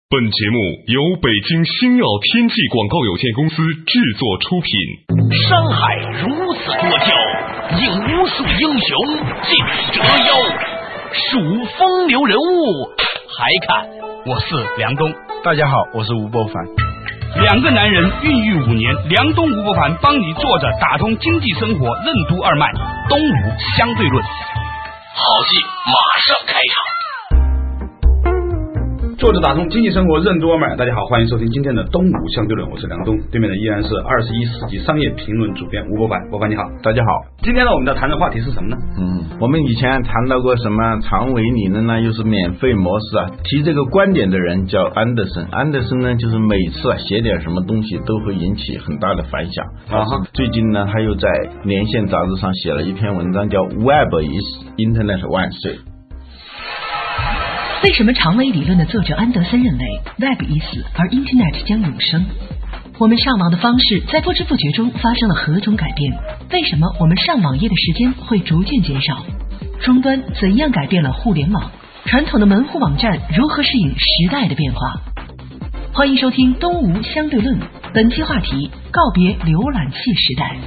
本节目由北京星耀天际广告有限公司制作出品。 山海如此多娇，引无数英雄尽折腰。数风流人物，还看我是梁冬。 大家好，我是吴伯凡。 两个男人孕育5年，梁冬吴伯凡帮你做着打通经济生活任督二脉，东吴相对论。 好戏马上开场。 作者打通经济生活任督二脉，大家好，欢迎收听今天的东吴相对论，我是梁冬，对面的依然是21世纪商业评论主编吴伯凡。伯凡你好。 大家好。 今天呢，我们要谈的话题是什么呢？ 我们以前谈到过什么长尾理论呢，又是免费模式啊。提这个观点的人叫安德森，安德森呢就是每次写点什么东西都会引起很大的反响最近呢，他又在连线杂志上写了一篇文章，叫 Web is Internet 万岁。 为什么长尾理论的作者安德森认为 Web 已死，而 Internet 将永生？我们上网的方式在不知不觉中发生了何种改变？为什么我们上网页的时间会逐渐减少？终端怎样改变了互联网？传统的门户网站如何适应时代的变化？欢迎收听东吴相对论，本期话题：告别浏览器时代。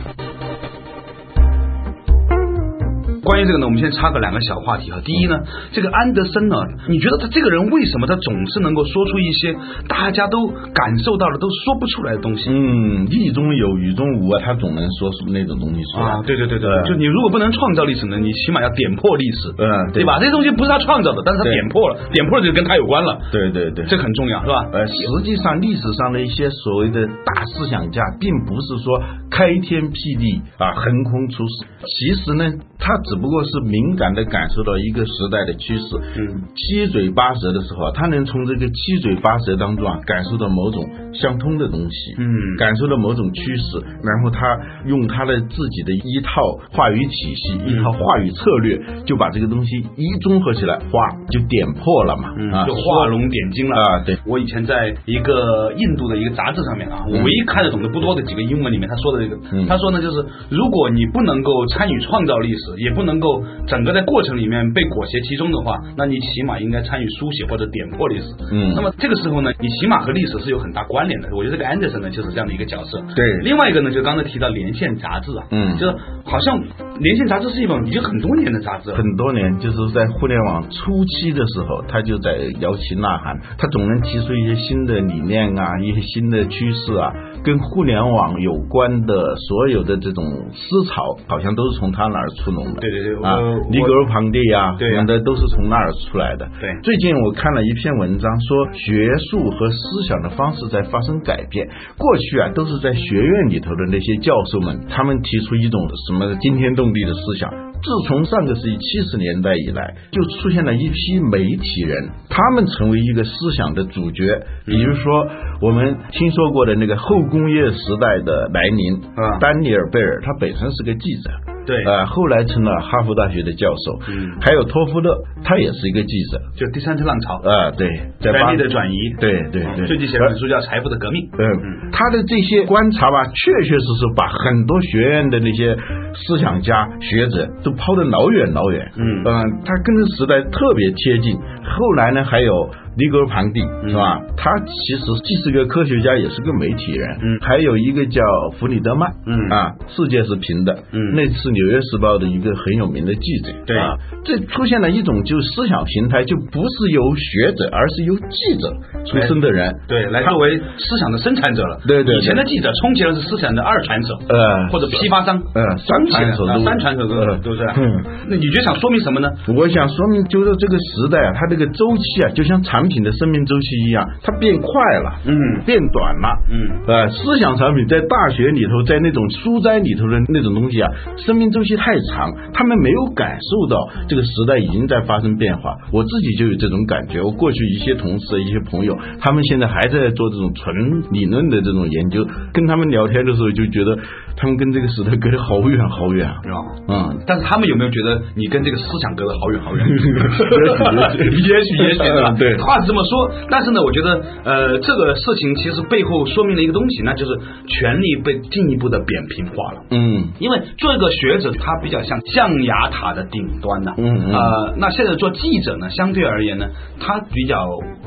关于这个呢，我们先插个2个小话题哈。第一呢，这个安德森呢，你觉得他这个人为什么他总是能够说出一些大家都感受到了都说不出来的东西？ 意中有语中无啊，他总能说出那种东西出来啊。对，就你如果不能创造历史呢，你起码要点破历史，对吧？这些东西不是他创造的，但是他点破了，点破了就跟他有关了。对，这很重要，是吧？ 实际上历史上的一些所谓的大思想家，并不是说开天辟地啊，横空出世。其实呢，他只不过是敏感地感受到一个时代的趋势，七嘴八舌的时候，他能从这个七嘴八舌当中啊，感受到某种相通的东西，感受到某种趋势，然后他用他的自己的一套话语体系，一套话语策略，就把这个东西一综合起来，哗就点破了嘛， 就画龙点睛了啊。对， 我以前在一个印度的一个杂志上面啊，我唯一看得懂的不多的几个英文里面，他说的这个，他说呢，就是如果你不能够参与创造历史，也不能够整个在过程里面被裹挟其中的话，那你起码应该参与书写或者点破历史。那么这个时候呢，你起码和历史是有很大关联的。我觉得这个安德森呢就是这样的一个角色。 对， 另外一个呢，就刚才提到连线杂志啊，就是好像连线杂志是一本已经很多年的杂志了， 很多年，就是在互联网初期的时候，他就在摇旗呐喊，他总能提出一些新的理念啊，一些新的趋势啊，跟互联网有关的所有的这种思潮，好像都是从他那儿出笼的。 对尼格罗庞蒂啊，什么的都是从那儿出来的。 对， 最近我看了一篇文章，说学术和思想的方式在发生改变。过去啊，都是在学院里头的那些教授们，他们提出一种什么惊天动地的思想。自从上个世纪70年代以来，就出现了一批媒体人，他们成为一个思想的主角。比如说我们听说过的那个后工业时代的来临，丹尼尔·贝尔，他本身是个记者。 对， 后来成了哈佛大学的教授。还有托夫勒，他也是一个记者， 就第三次浪潮。 对，在权力的转移。 对， 最近写了本书叫《财富的革命》。 他的这些观察吧，确确实实把很多学院的那些思想家、学者都抛得老远。他跟这时代特别贴近。后来呢，还有尼格罗庞蒂，是吧？他其实既是个科学家，也是个媒体人。还有一个叫弗里德曼，世界是平的，那次《纽约时报》的一个很有名的记者。 对， 这出现了一种就思想平台，就不是由学者，而是由记者出身的人， 来作为思想的生产者了。对，以前的记者充其量是思想的二传手，或者批发商， 三传手， 都是。那你就想说明什么呢？ 我想说明就是这个时代啊，它这个周期啊，就像产品的生命周期一样，它变快了，变短了。思想产品在大学里头，在那种书斋里头的那种东西啊，生命周期太长，他们没有感受到这个时代已经在发生变化。我自己就有这种感觉，我过去一些同事、一些朋友，他们现在还在做这种纯理论的这种研究，跟他们聊天的时候就觉得他们跟这个时代隔得好远好远啊。 但是他们有没有觉得你跟这个思想隔得好远好远？也许对，话是这么说，但是呢，我觉得这个事情其实背后说明了一个东西，那就是权力被进一步的扁平化了。因为做一个学者，他比较像象牙塔的顶端呐。那现在做记者呢，相对而言呢，他比较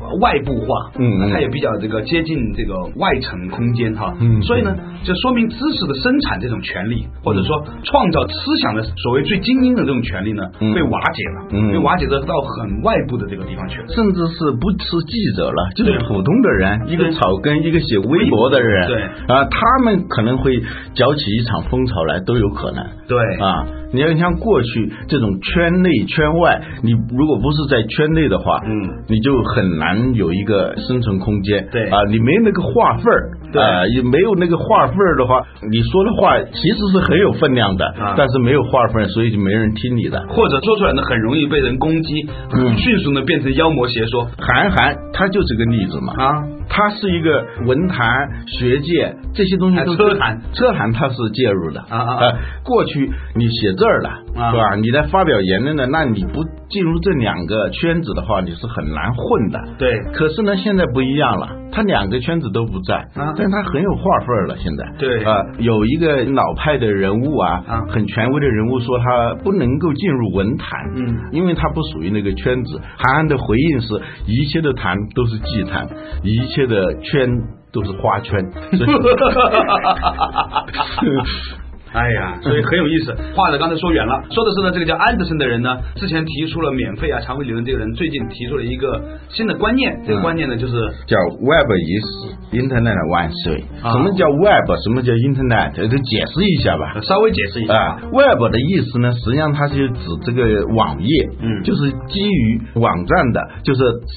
外部化，它也比较这个接近这个外层空间哈，所以呢，就说明知识的生产这种权利，或者说创造思想的所谓最精英的这种权利呢，被瓦解了，被瓦解到很外部的这个地方去了， 甚至是不是记者了，就是普通的人，一个草根，一个写微博的人， 对啊，他们可能会搅起一场风潮来，都有可能， 对啊。 你要像过去这种圈内圈外，你如果不是在圈内的话，你就很难有一个生存空间。 对啊，你没那个话份儿， 对啊， 也没有那个话份儿的话，你说的话其实是很有分量的，但是没有话份，所以就没人听你的， 或者说出来呢，很容易被人攻击，迅速的变成妖魔邪说。 韩寒他就是个例子嘛，他是一个文坛学界这些东西都车坛他是介入的过去你写字儿了是吧？你在发表言论呢，那你不进入这两个圈子的话，你是很难混的。 对， 可是呢，现在不一样了，他两个圈子都不在，但他很有话份了。现在对有一个老派的人物很权威的人物说他不能够进入文坛，因为他不属于那个圈子。韩寒的回应是：一切的坛都是祭坛，一切的圈都是花圈。 哎呀，所以很有意思。话呢刚才说远了，说的是呢，这个叫安德森的人呢，之前提出了免费长尾理论，这个人最近提出了一个新的观念，这个观念呢就是叫 Web 已死 ，Internet 万岁。什么叫 Web？ 什么叫 Internet？ 就解释一下吧， 稍微解释一下。 Web 的意思呢，实际上它就指这个网页，就是基于网站的，就是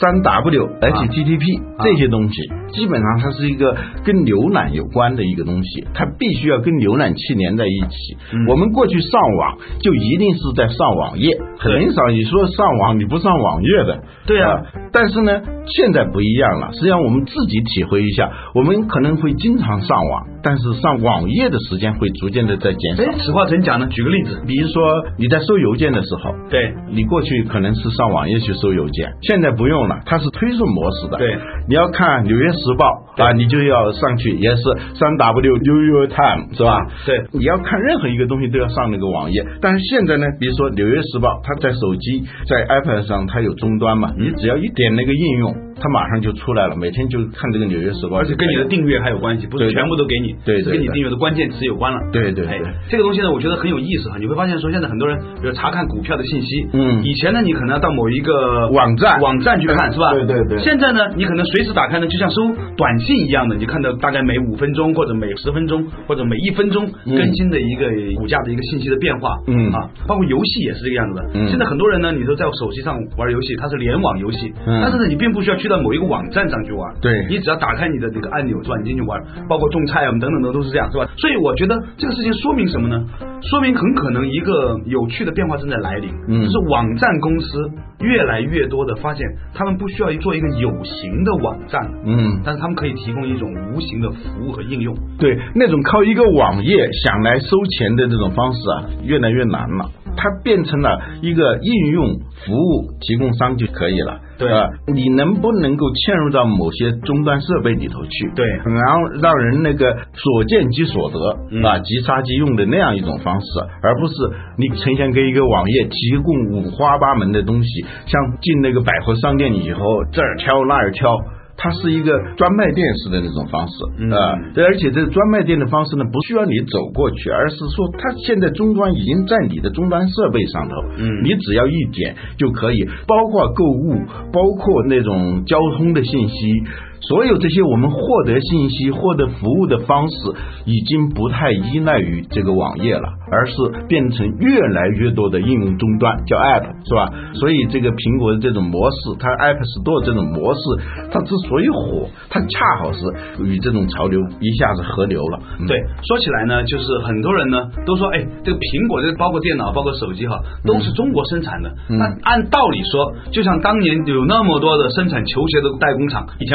3W、HTTP 这些东西，基本上它是一个跟浏览有关的一个东西，它必须要跟浏览器连在一起。我们过去上网就一定是在上网页，很少你说上网你不上网页的。 对啊， 但是呢现在不一样了，实际上我们自己体会一下，我们可能会经常上网，但是上网页的时间会逐渐的在减少。 此话怎讲呢？举个例子， 比如说你在收邮件的时候， 对， 你过去可能是上网页去收邮件，现在不用了，它是推送模式的。 对， 你要看纽约时报你就要上去，也是 3W New York Times 是吧？ 对， 你要看任何一个东西都要上那个网页。但是现在呢，比如说纽约时报，它在手机在 iPad 上它有终端嘛，你只要一点那个应用，它马上就出来了，每天就看这个纽约时报， 而且跟你的订阅还有关系，不是全部都给你， 对， 是跟你订阅的关键词有关了。 对， 这个东西呢，我觉得很有意思你会发现说，现在很多人比如查看股票的信息，以前呢你可能要到某一个网站去看，是吧？ 对。 现在呢，你可能随时打开呢，就像收短信一样的，你看到大概每5分钟或者每10分钟或者每1分钟更新的一个股价的一个信息的变化，包括游戏也是这个样子的。现在很多人呢，你说在手机上玩游戏，它是联网游戏，但是呢，你并不需要去到某一个网站上去玩， 对， 你只要打开你的这个按钮是吧？你进去玩，包括种菜等等的都是这样是吧？所以我觉得这个事情说明什么呢？说明很可能一个有趣的变化正在来临，就是网站公司越来越多的发现，他们不需要做一个有形的网站，但是他们可以提供一种无形的服务和应用。 对，那种靠一个网页想来收钱的这种方式越来越难了，它变成了一个应用服务提供商就可以了。 对你能不能够嵌入到某些终端设备里头去？ 对， 然后让人那个所见即所得，即插即用的那样一种方式，而不是你呈现给一个网页提供五花八门的东西，像进那个百货商店以后这儿挑那儿挑。它是一个专卖店式的那种方式而且这个专卖店的方式呢，不需要你走过去，而是说它现在终端已经在你的终端设备上头，你只要一点就可以，包括购物，包括那种交通的信息，所有这些我们获得信息、获得服务的方式，已经不太依赖于这个网页了，而是变成越来越多的应用终端，叫 App 是吧？所以这个苹果的这种模式，它 App Store 这种模式，它之所以火，它恰好是与这种潮流一下子合流了。 对，说起来呢，就是很多人呢都说，这个苹果，这包括电脑、包括手机都是中国生产的。那按道理说，就像当年有那么多的生产球鞋的代工厂，以前帮耐克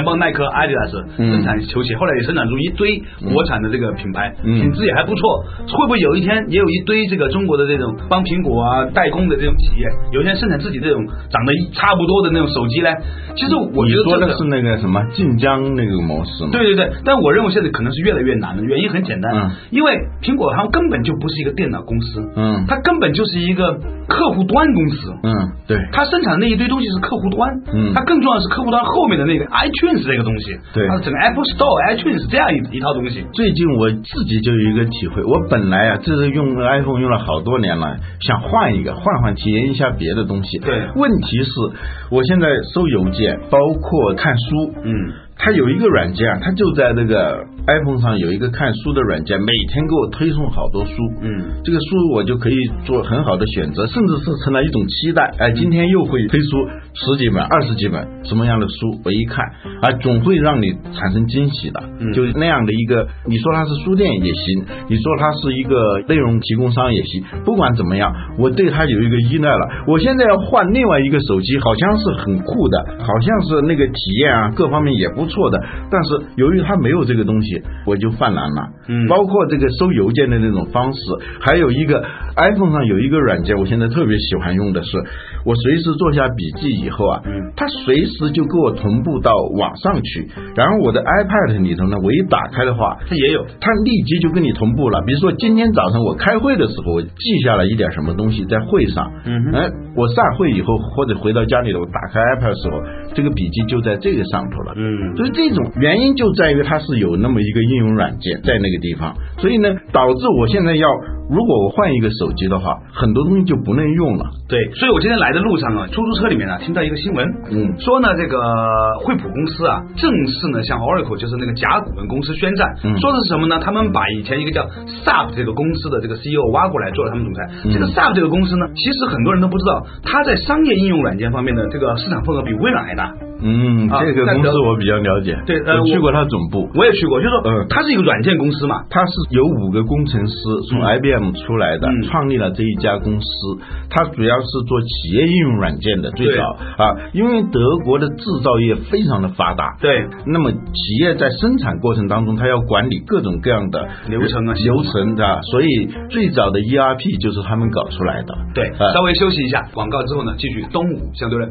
克、阿迪达斯生产球鞋，后来也生产出一堆国产的这个品牌，品质也还不错。会不会有一天也有一堆这个中国的这种帮苹果啊代工的这种企业，有一天生产自己这种长得差不多的那种手机呢？其实我觉得说的是那个什么晋江那个模式嘛。 对对对，但我认为现在可能是越来越难了，原因很简单，因为苹果它根本就不是一个电脑公司，它根本就是一个客户端公司， 对， 它生产的那一堆东西是客户端，它更重要的是客户端后面的那个 iTunes 这个东西， 对， 它整个 Apple Store、iTunes 这样一套东西。 最近我自己就有一个体会，我本来啊，这是用 iPhone 用了好多年了，想换一个，换体验一下别的东西。 对， 问题是，我现在收邮件，包括看书，它有一个软件啊，它就在这个 iPhone 上有一个看书的软件，每天给我推送好多书，这个书我就可以做很好的选择，甚至是成了一种期待。今天又会推出10几本、20几本什么样的书，我一看总会让你产生惊喜的，就那样的一个，你说它是书店也行，你说它是一个内容提供商也行，不管怎么样，我对它有一个依赖了。我现在要换另外一个手机，好像是很酷的，好像是那个体验啊各方面也不错的，但是由于它没有这个东西，我就犯难了。包括这个收邮件的那种方式，还有一个 iPhone 上有一个软件，我现在特别喜欢用的是，我随时做下笔记以后啊，它随时就给我同步到网上去，然后我的 iPad 里头呢，我一打开的话，它也有，它立即就跟你同步了。比如说今天早上我开会的时候，我记下了一点什么东西在会上，我散会以后或者回到家里头，我打开 iPad 的时候，这个笔记就在这个上头了。所以这种原因就在于它是有那么一个应用软件在那个地方，所以呢，导致我现在如果我换一个手机的话，很多东西就不能用了。 对，所以我今天来的路上啊，出租车里面啊，听到一个新闻，说呢，这个惠普公司啊，正式呢向 Oracle 就是那个甲骨文公司宣战，说的是什么呢？他们把以前一个叫 SAP 这个公司的这个 CEO 挖过来做了他们总裁。这个 SAP 这个公司呢，其实很多人都不知道，它在商业应用软件方面的这个市场份额比微软还大。 这个公司我比较了解， 对， 我去过它总部， 我也去过，就是说，它是一个软件公司嘛， 它是有5个工程师从 IBM 出来的，创立了这一家公司，它主要是做企业应用软件的，最早因为德国的制造业非常的发达， 对， 那么企业在生产过程当中，它要管理各种各样的流程的，所以最早的 ERP 就是他们搞出来的。 对，稍微休息一下，广告之后呢，继续东吴相对论。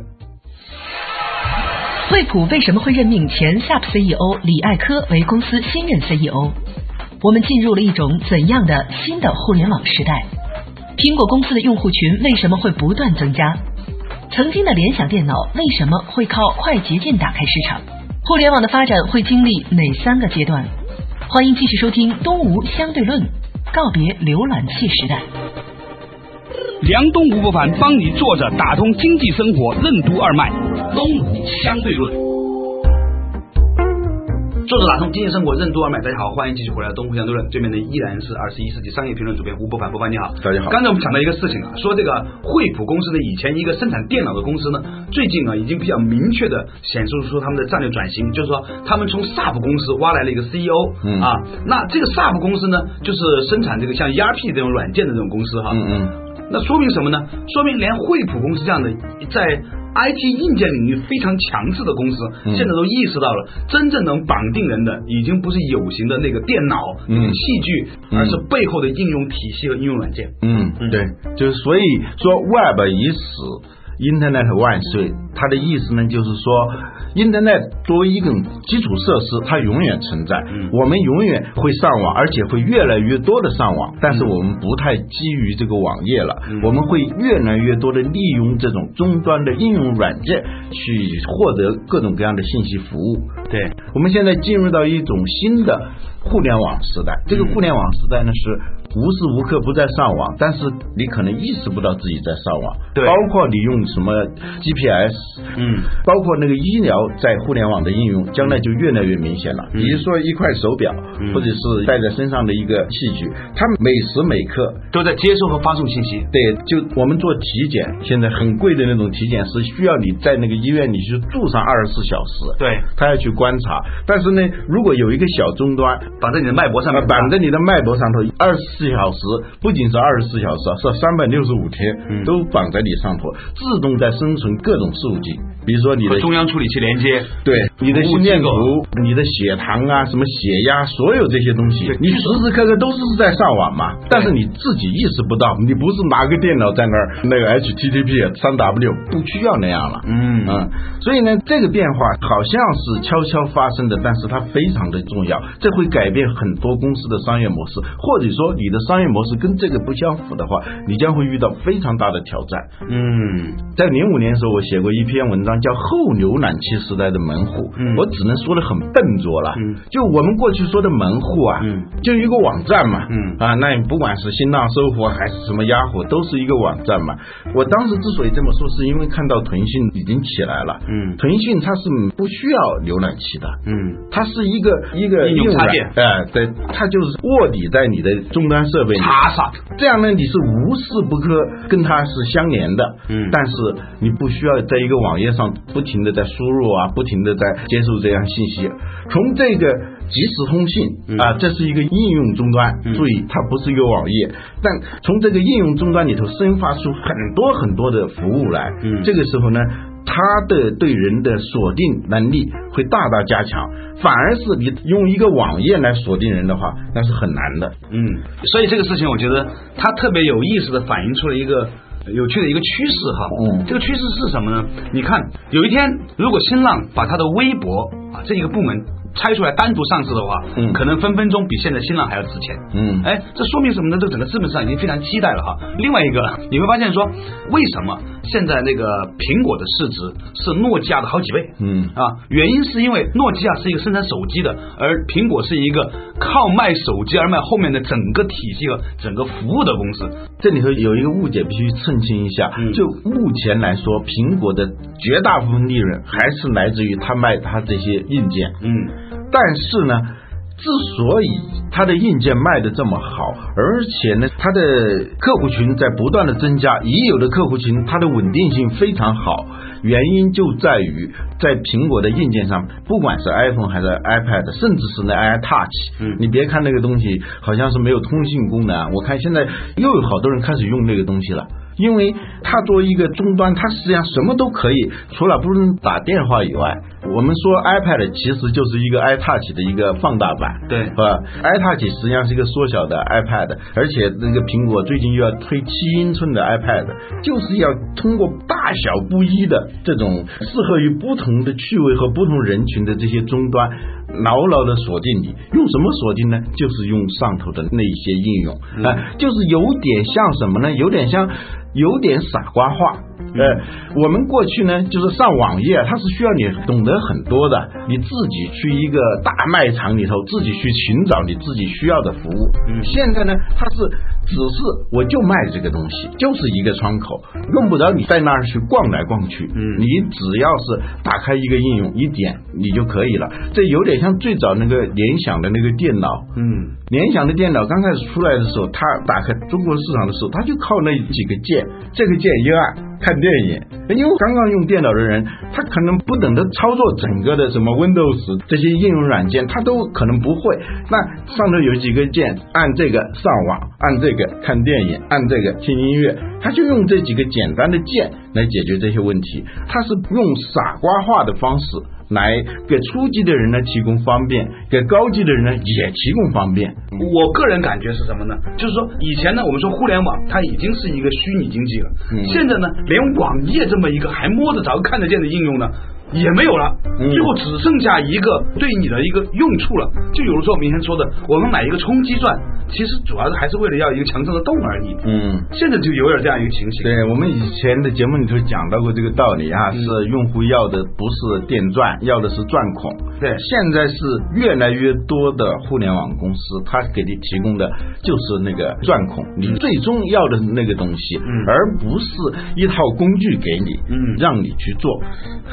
惠普为什么会任命前 SAP CEO 李艾科为公司新任 CEO？ 我们进入了一种怎样的新的互联网时代？苹果公司的用户群为什么会不断增加？曾经的联想电脑为什么会靠快捷键打开市场？互联网的发展会经历哪3个阶段？欢迎继续收听东吴相对论，告别浏览器时代。 梁东吴不凡帮你坐着打通经济生活任督二脉，东吴相对论。 作者打通经济生活任督二脉，大家好，欢迎继续回来东吴相对论，对面的依然是21世纪商业评论主编吴不凡，不凡你好。 大家好。 刚才我们讲到一个事情啊，说这个惠普公司呢，以前一个生产电脑的公司呢，最近啊已经比较明确的显示出他们的战略转型，就是说他们从 SAP 公司挖来了一个 CEO，那这个 SAP 公司呢，就是生产这个像 ERP 这种软件的这种公司哈，那说明什么呢？说明连惠普公司这样的在IT 硬件领域非常强势的公司，现在都意识到了，真正能绑定人的已经不是有形的那个电脑、器具，而是背后的应用体系和应用软件。 对，就是所以说 Web 已死，Internet 万岁。它的意思呢，就是说 Internet 作为一种基础设施，它永远存在，我们永远会上网，而且会越来越多的上网，但是我们不太基于这个网页了，我们会越来越多的利用这种终端的应用软件去获得各种各样的信息服务。 对， 我们现在进入到一种新的互联网时代，这个互联网时代呢是无时无刻不在上网，但是你可能意识不到自己在上网。 对， 包括你用什么 GPS，包括那个医疗在互联网的应用，将来就越来越明显了。比如说一块手表，或者是戴在身上的一个器具，它每时每刻都在接收和发送信息。 对，就我们做体检，现在很贵的那种体检是需要你在那个医院里去住上24小时， 对， 他要去观察。但是呢，如果有一个小终端绑在你的脉搏上面， 绑在你的脉搏上头，24 小时，不仅是24小时，是365天都绑在你上头，自动在生成各种数据，比如说你的中央处理器连接， 对你的心电图、你的血糖啊、什么血压，所有这些东西，你时时刻刻都是在上网嘛，但是你自己意识不到，你不是拿个电脑在那儿那个 HTTP 3W， 不需要那样了。所以呢，这个变化好像是悄悄发生的，但是它非常的重要，这会改变很多公司的商业模式，或者说你的商业模式跟这个不相符的话，你将会遇到非常大的挑战。在05年的时候，我写过一篇文章叫后浏览器时代的门户，我只能说的很笨拙了。就我们过去说的门户啊，就一个网站嘛，那不管是新浪、搜狐还是什么雅虎，都是一个网站嘛。我当时之所以这么说，是因为看到腾讯已经起来了。腾讯它是不需要浏览器的，它是一个应用插件， 对，它就是卧底在你的终端设备里，这样呢，你是无时不刻跟它是相连的。但是你不需要在一个网页上不停的在输入啊，不停的在接受这样信息。从这个即时通信这是一个应用终端，注意它不是一个网页，但从这个应用终端里头生发出很多很多的服务来。这个时候呢，它的对人的锁定能力会大大加强，反而是你用一个网页来锁定人的话，那是很难的。 所以这个事情我觉得它特别有意思的反映出了一个有趣的一个趋势哈。这个趋势是什么呢？你看，有一天如果新浪把它的微博这一个部门拆出来单独上市的话，可能分分钟比现在新浪还要值钱。这说明什么呢？这整个资本市场已经非常期待了哈。另外一个，你会发现说，为什么现在那个苹果的市值是诺基亚的好几倍？原因是因为诺基亚是一个生产手机的，而苹果是一个靠卖手机而卖后面的整个体系和整个服务的公司。 这里头有一个误解必须澄清一下，就目前来说，苹果的绝大部分利润还是来自于它卖它这些硬件。但是呢，之所以它的硬件卖得这么好，而且呢，它的客户群在不断的增加，已有的客户群它的稳定性非常好，原因就在于在苹果的硬件上，不管是 iPhone 还是 iPad， 甚至是那 iTouch，你别看那个东西好像是没有通信功能，我看现在又有好多人开始用那个东西了。因为它作为一个终端，它实际上什么都可以，除了不能打电话以外。我们说 iPad 其实就是一个 iTouch 的一个放大版， 对， 是吧？ iTouch 实际上是一个缩小的 iPad， 而且那个苹果最近又要推7英寸的 iPad， 就是要通过大小不一的这种适合于不同的趣味和不同人群的这些终端，牢牢的锁定你。用什么锁定呢？就是用上头的那一些应用，就是有点像什么呢？有点傻瓜化。我们过去呢，就是上网页，它是需要你懂得很多的，你自己去一个大卖场里头，自己去寻找你自己需要的服务。现在呢，它是只是我就卖这个东西，就是一个窗口，用不着你在那儿去逛来逛去。你只要是打开一个应用，一点你就可以了。这有点像最早那个联想的那个电脑。联想的电脑刚开始出来的时候，它打开中国市场的时候，它就靠那几个键，这个键一按看电影。因为刚刚用电脑的人，他可能不懂得操作整个的什么 Windows 这些应用软件，他都可能不会。那上头有几个键，按这个上网，按这个看电影，按这个听音乐，他就用这几个简单的键来解决这些问题。他是用傻瓜化的方式来给初级的人呢提供方便，给高级的人呢也提供方便。 我个人感觉是什么呢？就是说以前呢，我们说互联网它已经是一个虚拟经济了，现在呢，连网页这么一个还摸得着看得见的应用呢也没有了，最后只剩下一个对你的一个用处了。就有的时候明天说的，我们买一个充积钻，其实主要还是为了要一个强壮的洞而已。现在就有点这样一个情形。 对，我们以前的节目里头讲到过这个道理啊，是用户要的不是电钻，要的是钻孔。对，现在是越来越多的互联网公司，它给你提供的就是那个钻孔，你最终要的那个东西，而不是一套工具给你，让你去做。还有一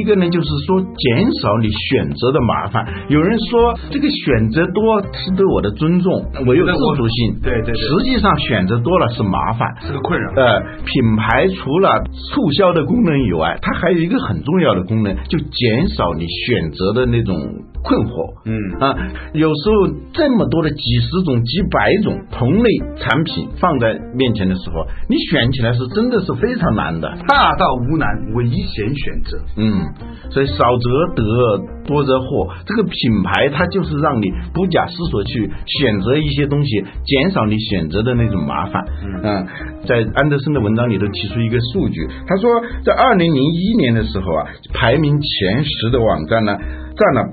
个呢，就是说减少你选择的麻烦。有人说这个选择多是对我的尊重，我有自主性。 对， 实际上选择多了是麻烦， 是个困扰。 品牌除了促销的功能以外，它还有一个很重要的功能，就减少你选择的那种困惑。有时候这么多的几十种几百种同类产品放在面前的时候，你选起来是真的是非常难的。 大道无难，唯贤选择。 所以少则得，多则惑。这个品牌它就是让你不假思索去选择一些东西，减少你选择的那种麻烦。在安德森的文章里头提出一个数据，他说在2001年的时候啊，排名前10的网站呢，占了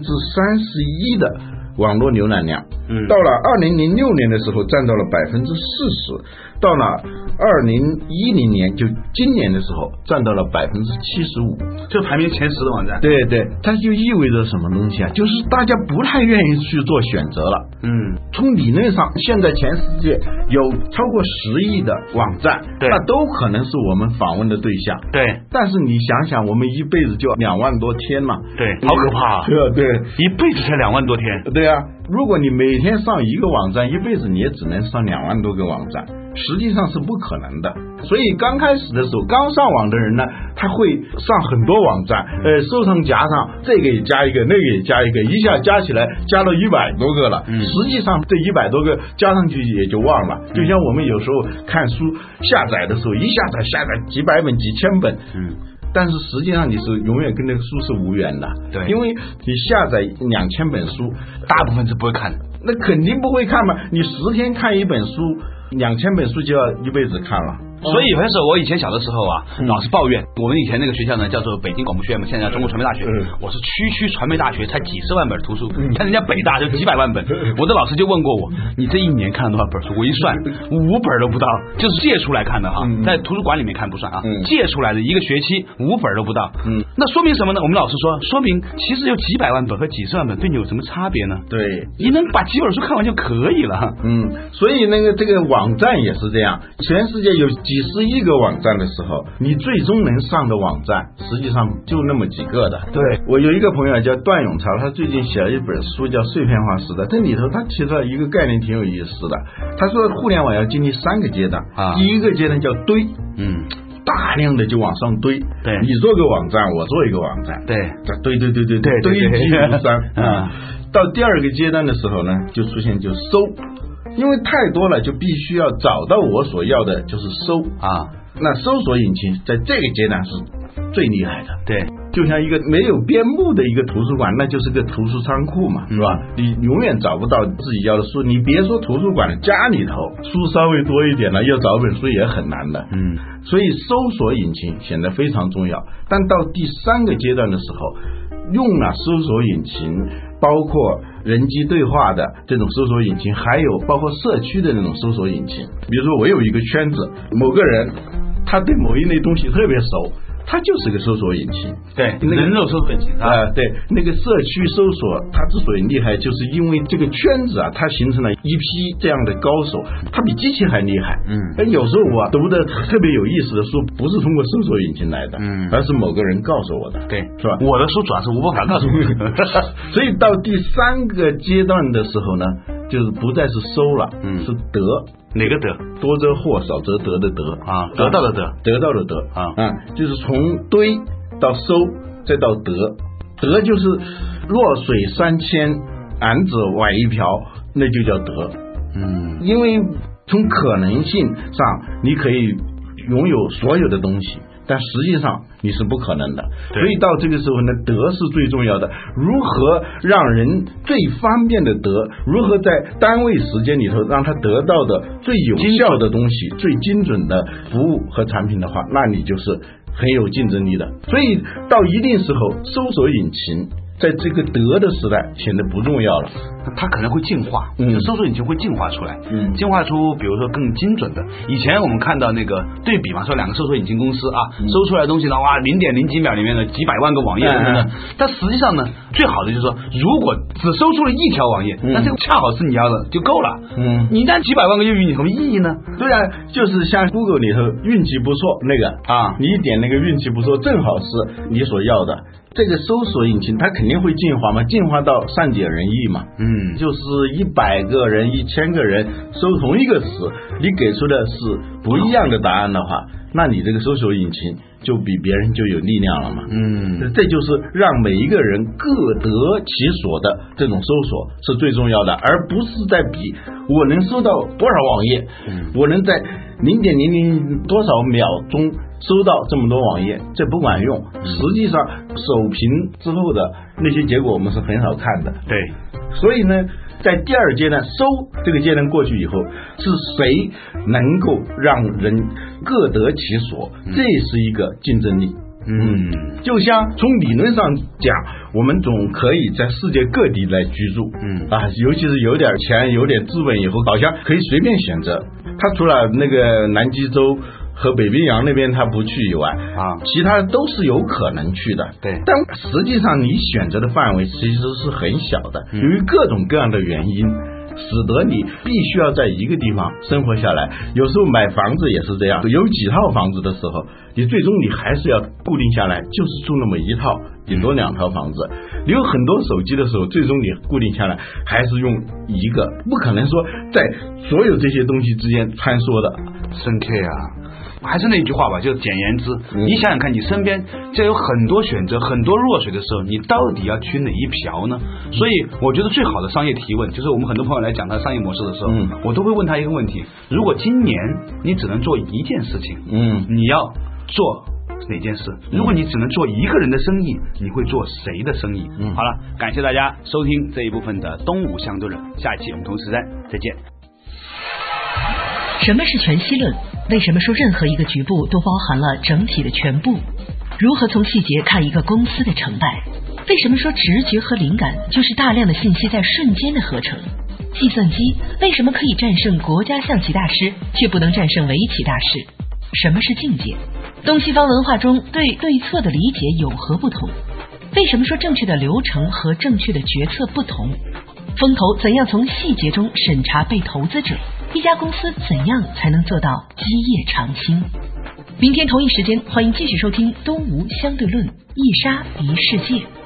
31%的网络浏览量。到了2006年的时候，占到了40%。到了2010年，就今年的时候，占到了75%， 就排名前10的网站。 对，它就意味着什么东西啊？就是大家不太愿意去做选择了。从理论上，现在全世界有超过10亿的网站，那都可能是我们访问的对象。 对， 但是你想想，我们一辈子就2万多天嘛。 对，好可怕啊！ 对， 一辈子才2万多天。 对啊，如果你每天上一个网站，一辈子你也只能上2万多个网站。实际上是不可能的，所以刚开始的时候，刚上网的人呢，他会上很多网站，收藏夹上这个也加一个，那个也加一个，一下加起来加到100多个了。实际上这100多个加上去也就忘了。就像我们有时候看书下载的时候，一下载几百本、几千本。但是实际上你是永远跟那个书是无缘的。 对， 因为你下载2000本书， 大部分是不会看的。 那肯定不会看嘛，你10天看一本书，2000本书就要一辈子看了。 所以有些时候我以前小的时候啊，老是抱怨我们以前那个学校呢叫做北京广播学院嘛，现在叫中国传媒大学。我是区传媒大学，才几十万本图书，看人家北大就几百万本。我的老师就问过我，你这一年看了多少本书？我一算5本都不到，就是借出来看的哈，在图书馆里面看不算啊，借出来的一个学期5本都不到。那说明什么呢？我们老师说明其实有几百万本和几十万本对你有什么差别呢？ 对， 你能把几本书看完就可以了。 所以这个网站也是这样，全世界有几十亿个网站的时候，你最终能上的网站实际上就那么几个的。 对， 我有一个朋友叫段永超，他最近写了一本书叫《碎片化时代》，这里头他提出了一个概念挺有意思的。他说互联网要经历3个阶段，第一个阶段叫堆，大量的就往上堆， 对， 你做个网站，我做一个网站， 对， 堆积如山到第2个阶段的时候呢，就出现就收，因为太多了，就必须要找到我所要的，就是搜啊。那搜索引擎在这个阶段是最厉害的， 对， 就像一个没有边牧的一个图书馆，那就是个图书仓库嘛，是吧？你永远找不到自己要的书，你别说图书馆了，家里头书稍微多一点了，要找本书也很难的。所以搜索引擎显得非常重要。但到第3个阶段的时候，用了搜索引擎，包括人机对话的这种搜索引擎，还有包括社区的那种搜索引擎。比如说我有一个圈子，某个人他对某一类东西特别熟，它就是个搜索引擎。 对，人肉搜索引擎对，那个社区搜索它之所以厉害，就是因为这个圈子啊，它形成了一批这样的高手，它比机器还厉害。有时候我读的特别有意思的书，不是通过搜索引擎来的，而是某个人告诉我的。 对， 是吧？ 我的书主要是吴伯凡告诉我的。 所以到第3个阶段的时候呢，就是不再是收了，是得。 哪个得？ 多则惑，少则得的得啊，得到的得， 得到的得啊，就是从堆到收再到得，得就是弱水三千，俺子崴一瓢，那就叫得。因为从可能性上你可以拥有所有的东西，但实际上你是不可能的。所以到这个时候呢，得是最重要的。如何让人最方便的得，如何在单位时间里头让他得到的最有效的东西，最精准的服务和产品的话，那你就是很有竞争力的。所以到一定时候，搜索引擎在这个德的时代显得不重要了。 它可能会进化，就搜索引擎会进化出来，进化出比如说更精准的。以前我们看到那个对比嘛，说两个搜索引擎公司啊，搜出来的东西呢，哇，0.0几秒里面的几百万个网页等等的。但实际上呢，最好的就是说，如果只搜出了一条网页，那这个恰好是你要的就够了。你那几百万个页域，你什么意义呢？ 对啊，就是像 Google 里头运气不错那个啊，你一点那个运气不错，正好是你所要的。这个搜索引擎它肯定会进化嘛，进化到善解人意嘛。就是100个人、1000个人搜同一个词，你给出的是不一样的答案的话，那你这个搜索引擎就比别人就有力量了嘛。这就是让每一个人各得其所的这种搜索是最重要的，而不是在比我能搜到多少网页，我能在0.00多少秒钟收到这么多网页，这不管用。实际上首屏之后的那些结果我们是很少看的。 对， 所以呢，在第二阶段搜这个阶段过去以后，是谁能够让人各得其所，这是一个竞争力。就像从理论上讲，我们总可以在世界各地来居住，尤其是有点钱、有点资本以后，好像可以随便选择。他除了那个南极洲和北冰洋那边他不去以外其他都是有可能去的。 对， 但实际上你选择的范围其实是很小的，由于各种各样的原因，使得你必须要在一个地方生活下来。有时候买房子也是这样，有几套房子的时候，你最终你还是要固定下来，就是住那么一套，顶多2套房子。你有很多手机的时候，最终你固定下来还是用一个，不可能说在所有这些东西之间穿梭的。 深刻啊！还是那句话吧，就简言之，你想想看，你身边这有很多选择，很多弱水的时候，你到底要取哪一瓢呢？所以我觉得最好的商业提问，就是我们很多朋友来讲他商业模式的时候，我都会问他一个问题：如果今年你只能做一件事情，你要做哪件事？如果你只能做一个人的生意，你会做谁的生意？好了，感谢大家收听这一部分的东吴相对论，下一期我们同时再见。 什么是全息论？为什么说任何一个局部都包含了整体的全部？如何从细节看一个公司的成败？为什么说直觉和灵感就是大量的信息在瞬间的合成？计算机为什么可以战胜国家象棋大师，却不能战胜围棋大师？什么是境界？东西方文化中对对错的理解有何不同？为什么说正确的流程和正确的决策不同？风投怎样从细节中审查被投资者？一家公司怎样才能做到基业长青？明天同一时间，欢迎继续收听东吴相对论，一沙一世界。